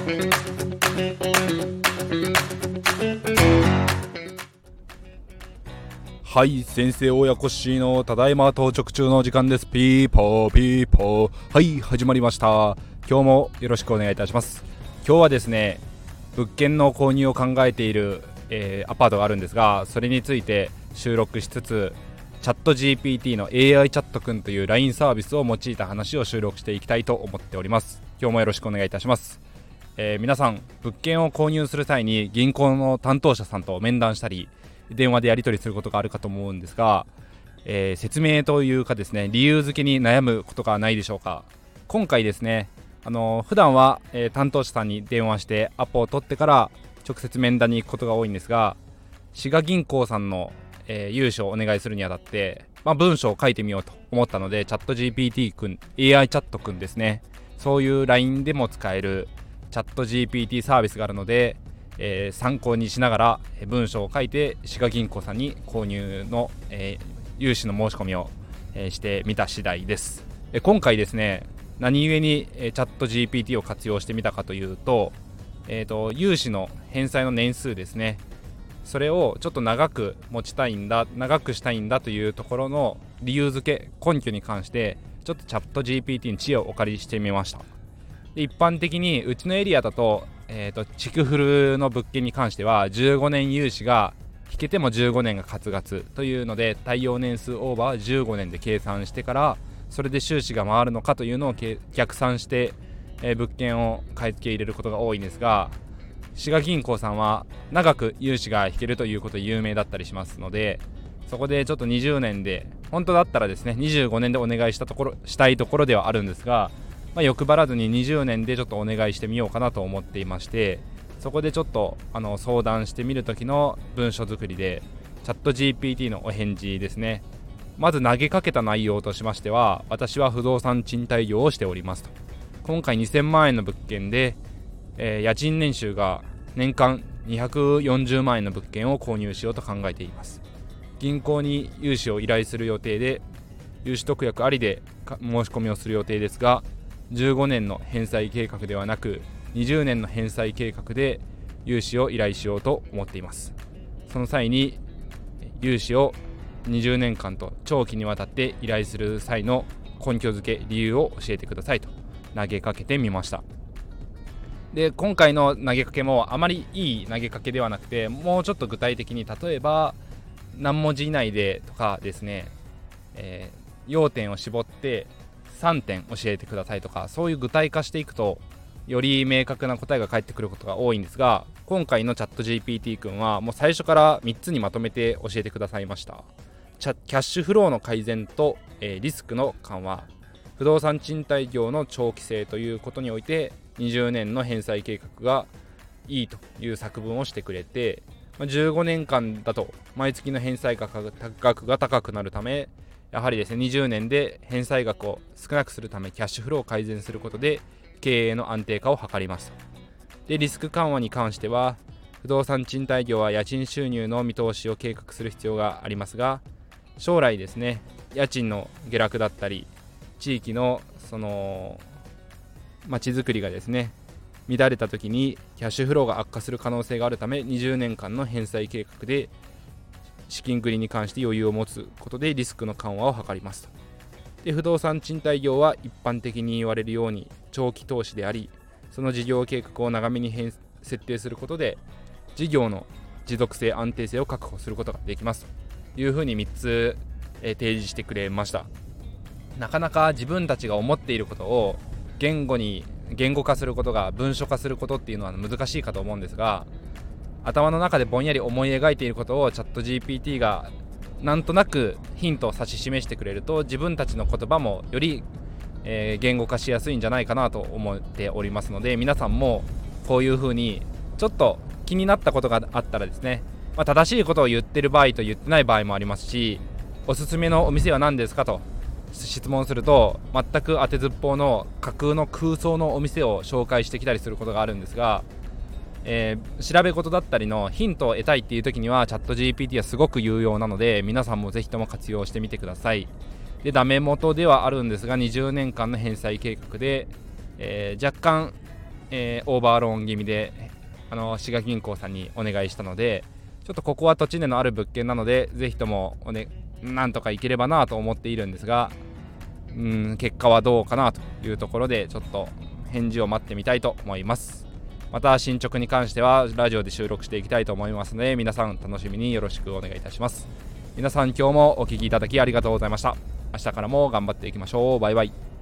はい、先生親子しのただいま到着中の時間です。ピーポーピーポー。はい、始まりました。今日もよろしくお願いいたします。今日はですね、物件の購入を考えている、アパートがあるんですが、それについて収録しつつ、チャット GPT の AI チャットくんという LINE サービスを用いた話を収録していきたいと思っております。今日もよろしくお願いいたします。皆さん、物件を購入する際に銀行の担当者さんと面談したり電話でやり取りすることがあるかと思うんですが、説明というかですね、理由付けに悩むことがないでしょうか。今回ですね、普段は、担当者さんに電話してアポを取ってから直接面談に行くことが多いんですが、滋賀銀行さんの、融資をお願いするにあたって、文章を書いてみようと思ったので、チャット GPT くん AI チャットくんですね、そういう LINE でも使えるチャット GPT サービスがあるので、参考にしながら文章を書いて滋賀銀行さんに購入の、融資の申し込みを、してみた次第です。今回ですね、何故に、チャット GPT を活用してみたかというと、融資の返済の年数ですね、それをちょっと長くしたいんだというところの理由付け、根拠に関してちょっとチャット GPT に知恵をお借りしてみました。で、一般的にうちのエリアだと築古の物件に関しては15年融資が引けても15年がカツガツというので、耐用年数オーバーは15年で計算してから、それで収支が回るのかというのを逆算して、物件を買い付け入れることが多いんですが、滋賀銀行さんは長く融資が引けるということで有名だったりしますので、そこでちょっと20年で、本当だったらですね25年でお願いしたいところではあるんですが、欲張らずに20年でちょっとお願いしてみようかなと思っていまして、そこでちょっと相談してみる時の文書作りでチャット GPT のお返事ですね。まず投げかけた内容としましては、私は不動産賃貸業をしておりますと。今回2000万円の物件で、家賃年収が年間240万円の物件を購入しようと考えています。銀行に融資を依頼する予定で、融資特約ありで申し込みをする予定ですが、15年の返済計画ではなく20年の返済計画で融資を依頼しようと思っています。その際に融資を20年間と長期にわたって依頼する際の根拠付け、理由を教えてくださいと投げかけてみました。で、今回の投げかけもあまりいい投げかけではなくて、もうちょっと具体的に、例えば何文字以内でとかですね、要点を絞って3点教えてくださいとか、そういう具体化していくとより明確な答えが返ってくることが多いんですが、今回のチャット GPT 君はもう最初から3つにまとめて教えてくださいました。キャッシュフローの改善と、リスクの緩和、不動産賃貸業の長期性ということにおいて20年の返済計画がいいという作文をしてくれて、15年間だと毎月の返済額が高くなるため、やはりですね20年で返済額を少なくするためキャッシュフローを改善することで経営の安定化を図りますと。で、リスク緩和に関しては、不動産賃貸業は家賃収入の見通しを計画する必要がありますが、将来ですね家賃の下落だったり地域のその街づくりがですね乱れた時にキャッシュフローが悪化する可能性があるため、20年間の返済計画で資金繰りに関して余裕を持つことでリスクの緩和を図りますと。で、不動産賃貸業は一般的に言われるように長期投資であり、その事業計画を長めに設定することで事業の持続性、安定性を確保することができますというふうに3つ、提示してくれました。なかなか自分たちが思っていることを言語化することが、文書化することっていうのは難しいかと思うんですが、頭の中でぼんやり思い描いていることをチャット GPT がなんとなくヒントを指し示してくれると、自分たちの言葉もより、言語化しやすいんじゃないかなと思っておりますので、皆さんもこういう風にちょっと気になったことがあったらですね、正しいことを言ってる場合と言ってない場合もありますし、おすすめのお店は何ですかと質問すると、全く当てずっぽうの架空の空想のお店を紹介してきたりすることがあるんですが、調べ事だったりのヒントを得たいっていう時にはチャット GPT はすごく有用なので、皆さんもぜひとも活用してみてください。で、ダメ元ではあるんですが20年間の返済計画で、若干、 オーバーローン気味で滋賀銀行さんにお願いしたので、ちょっとここは土地値のある物件なのでぜひともなんとかいければなと思っているんですが、結果はどうかなというところでちょっと返事を待ってみたいと思います。また進捗に関してはラジオで収録していきたいと思いますので、皆さん楽しみによろしくお願いいたします。皆さん今日もお聞きいただきありがとうございました。明日からも頑張っていきましょう。バイバイ。